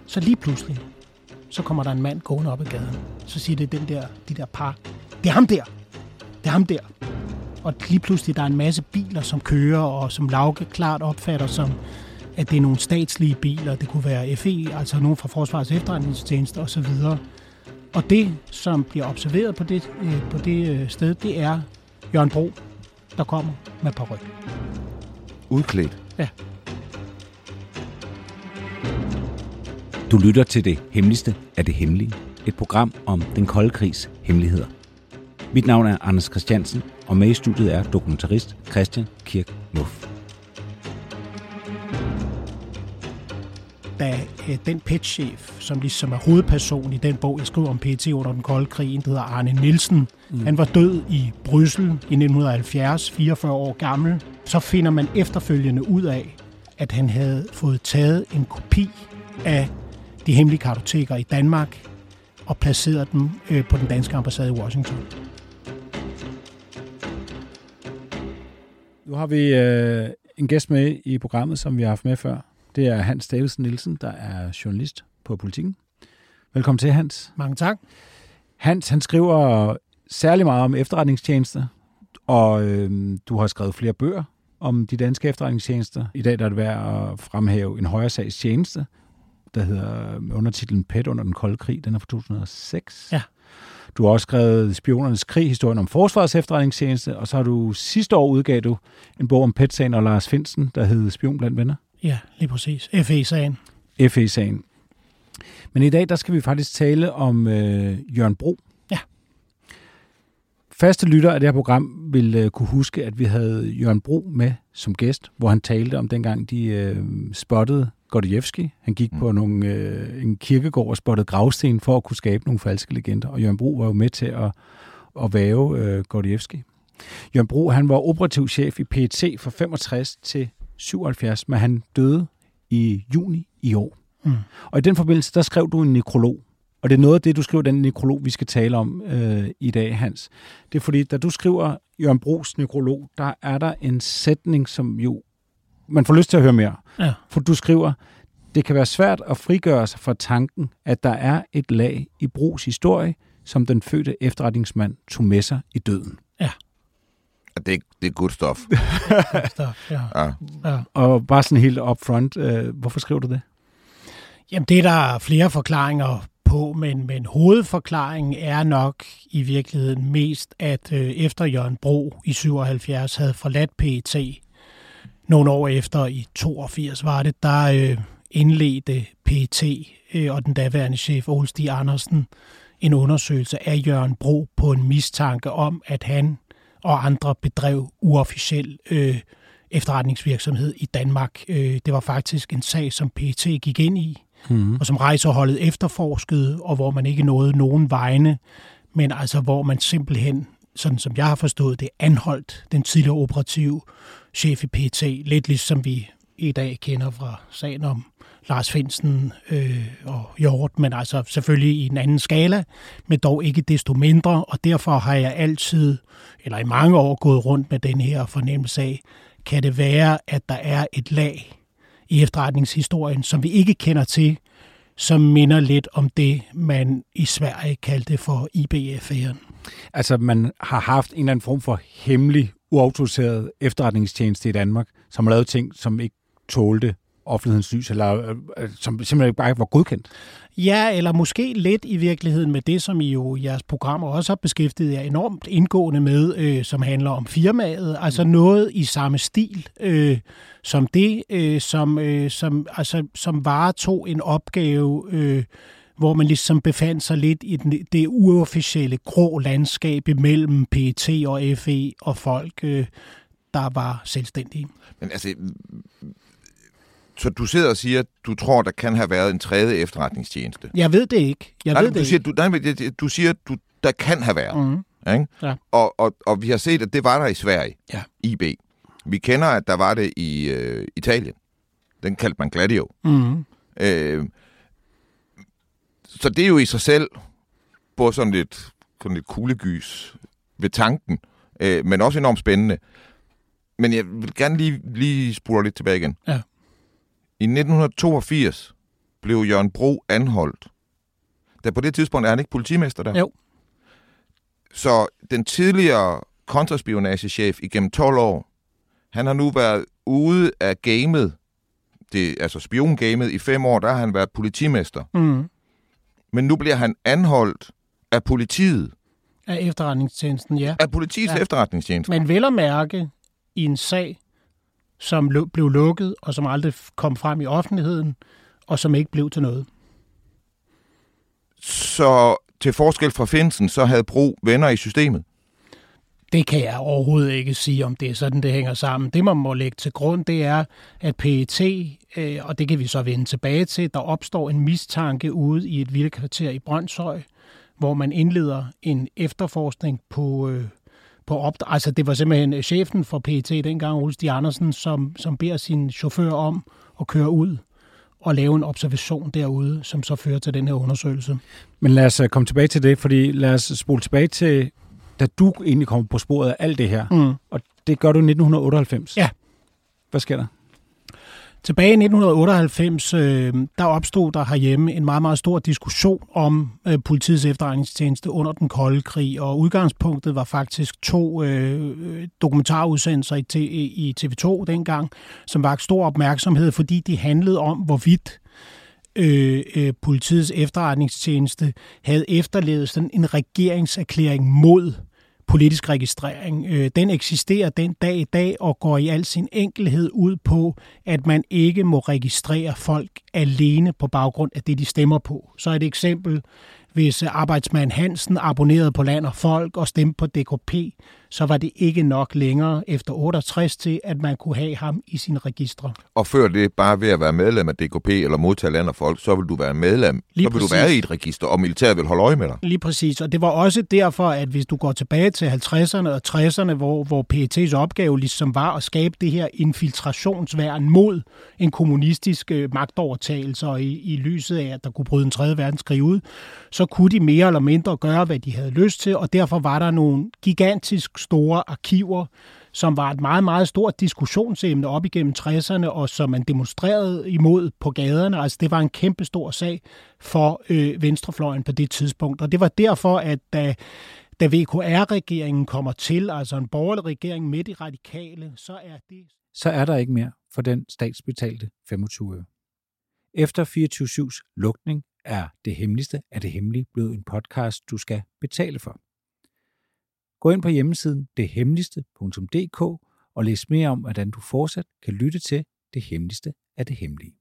Så lige pludselig, så kommer der en mand gående op ad gaden. Så siger det de der par, det er ham der. Det er ham der. Og lige pludselig, der er en masse biler, som kører, og som Lauke klart opfatter som, at det er nogle statslige biler. Det kunne være FE, altså nogen fra Forsvarets Efterretningstjeneste osv. Og det, som bliver observeret på det sted, det er Jørgen Bro, der kommer med paryk. Udklædt? Ja. Du lytter til Det Hemmeligste af det Hemmelige. Et program om den kolde krigs hemmeligheder. Mit navn er Anders Christiansen, og med i studiet er dokumentarist Christian Kirk Muff. Da den PET-chef, som ligesom er hovedperson i den bog, jeg skriver om PET under den kolde krig, der hedder Arne Nielsen, han var død i Bryssel i 1970, 44 år gammel, så finder man efterfølgende ud af, at han havde fået taget en kopi af de hemmelige kartoteker i Danmark og placeret dem på den danske ambassade i Washington. Nu har vi en gæst med i programmet, som vi har haft med før. Det er Hans Davidsen Nielsen, der er journalist på Politiken. Velkommen til, Hans. Mange tak. Hans, han skriver særlig meget om efterretningstjenester, og du har skrevet flere bøger om de danske efterretningstjenester. I dag der er det værd at fremhæve En højere sags tjeneste, der hedder undertitlen PET under den kolde krig. Den er fra 2006. Ja. Du har også skrevet Spionernes krig, historien om Forsvarets Efterretningstjeneste, og så har du sidste år udgav du en bog om PET-sagen og Lars Findsen, der hed Spion blandt venner. Ja, lige præcis. FE-sagen. FE-sagen. Men i dag, der skal vi faktisk tale om Jørgen Bro. Ja. Faste lytter af det her program vil kunne huske, at vi havde Jørgen Bro med som gæst, hvor han talte om dengang, de spottede Gordievski. Han gik på en kirkegård og spottede gravsten for at kunne skabe nogle falske legender. Og Jørgen Bro var jo med til at væve Gordievski. Jørgen Bro, han var operativ chef i PET fra 65 til 77, men han døde i juni i år. Mm. Og i den forbindelse, der skrev du en nekrolog. Og det er noget af det, du skriver den nekrolog, vi skal tale om i dag, Hans. Det er fordi, da du skriver Jørgen Bros nekrolog, der er der en sætning, som jo man får lyst til at høre mere. Ja. For du skriver, det kan være svært at frigøre sig fra tanken, at der er et lag i Bros historie, som den fødte efterretningsmand tog med sig i døden. Ja. Det er good stuff. Ja. Og bare sådan helt upfront, hvorfor skriver du det? Jamen, det er der flere forklaringer på, men hovedforklaringen er nok i virkeligheden mest, at efter Jørgen Bro i 77 havde forladt PET, nogle år efter i 82 var det, der indledte PET og den daværende chef Ole Stig Andersen en undersøgelse af Jørgen Bro på en mistanke om, at han og andre bedrev uofficiel efterretningsvirksomhed i Danmark. Det var faktisk en sag, som PET gik ind i, og som rejseholdet efterforskede, og hvor man ikke nåede nogen vegne, men altså hvor man simpelthen, sådan som jeg har forstået det, anholdt den tidligere operative chef i PET, lidt ligesom vi i dag kender fra sagen om Lars Findsen og Hjort, men altså selvfølgelig i en anden skala, men dog ikke desto mindre, og derfor har jeg altid, eller i mange år, gået rundt med den her fornemmelse af, kan det være, at der er et lag i efterretningshistorien, som vi ikke kender til, som minder lidt om det, man i Sverige kaldte for IB-affæren. Altså, man har haft en eller anden form for hemmelig, uautoriseret efterretningstjeneste i Danmark, som har lavet ting, som ikke tålte offentlighedens lys, eller som simpelthen bare ikke var godkendt. Ja, eller måske lidt i virkeligheden med det, som I jo i jeres programmer også har beskæftiget jer enormt indgående med, som handler om firmaet. Altså noget i samme stil, som det, som varetog en opgave, hvor man ligesom befandt sig lidt i det uofficielle grå landskab imellem PET og FE og folk, der var selvstændige. Men altså, så du sidder og siger, at du tror, der kan have været en tredje efterretningstjeneste? Jeg ved det ikke. Du siger, der kan have været. Mm-hmm. Ikke? Ja. Og vi har set, at det var der i Sverige. Ja. IB. Vi kender, at der var det i Italien. Den kaldte man Gladio. Mm-hmm. Så det er jo i sig selv både sådan lidt kuglegys ved tanken, men også enormt spændende. Men jeg vil gerne lige spole lidt tilbage igen. Ja. I 1982, blev Jørgen Bro anholdt. Da på det tidspunkt er han ikke politimester der. Jo. Så den tidligere kontraspionagechef igennem 12 år, han har nu været ude af gamet, altså spiongamet i 5 år, der har han været politimester. Mm. Men nu bliver han anholdt af politiet. Af efterretningstjenesten, ja. Af politiets efterretningstjeneste. Men vel at mærke i en sag, som blev lukket, og som aldrig kom frem i offentligheden, og som ikke blev til noget. Så til forskel fra Findsen, så havde Bro venner i systemet? Det kan jeg overhovedet ikke sige, om det er sådan, det hænger sammen. Det, man må lægge til grund, det er, at PET, og det kan vi så vende tilbage til, der opstår en mistanke ude i et villakvarter i Brønshøj, hvor man indleder en efterforskning på altså det var simpelthen chefen for PET dengang, Ole Stig Andersen, som beder sin chauffør om at køre ud og lave en observation derude, som så fører til den her undersøgelse. Men lad os komme tilbage til det, fordi lad os spole tilbage til, da du egentlig kommer på sporet af alt det her, og det gør du i 1998. Ja. Hvad sker der? Tilbage i 1998, der opstod der herhjemme en meget, meget stor diskussion om politiets efterretningstjeneste under den kolde krig, og udgangspunktet var faktisk 2 dokumentarudsendelser i TV2 dengang, som vakte stor opmærksomhed, fordi de handlede om, hvorvidt politiets efterretningstjeneste havde efterlevet sådan en regeringserklæring mod politisk registrering. Den eksisterer den dag i dag og går i al sin enkelhed ud på, at man ikke må registrere folk alene på baggrund af det, de stemmer på. Så et eksempel, hvis arbejdsmand Hansen abonnerede på Land og Folk og stemte på DKP, så var det ikke nok længere efter 68 til, at man kunne have ham i sine registre. Og før det bare ved at være medlem af DKP eller modtage Land og Folk, så vil du være medlem. Lige så vil præcis. Du være i et register, og militæret vil holde øje med dig. Lige præcis, og det var også derfor, at hvis du går tilbage til 50'erne og 60'erne, hvor PET's opgave ligesom var at skabe det her infiltrationsværn mod en kommunistisk magtovertagelse, og i lyset af, at der kunne bryde en 3. verdenskrig ud, så kunne de mere eller mindre gøre, hvad de havde lyst til, og derfor var der nogle gigantisk store arkiver, som var et meget, meget stort diskussionsemne op igennem 60'erne, og som man demonstrerede imod på gaderne. Altså, det var en kæmpe stor sag for venstrefløjen på det tidspunkt. Og det var derfor, at da VKR-regeringen kommer til, altså en borgerlig regering med de radikale, Så er der ikke mere for den statsbetalte 25 øre. Efter 24/7's lukning er Det Hemmeligste af det Hemmelige blevet en podcast, du skal betale for. Gå ind på hjemmesiden dethemmeligste.dk og læs mere om, hvordan du fortsat kan lytte til Det Hemmeligste af det Hemmelige.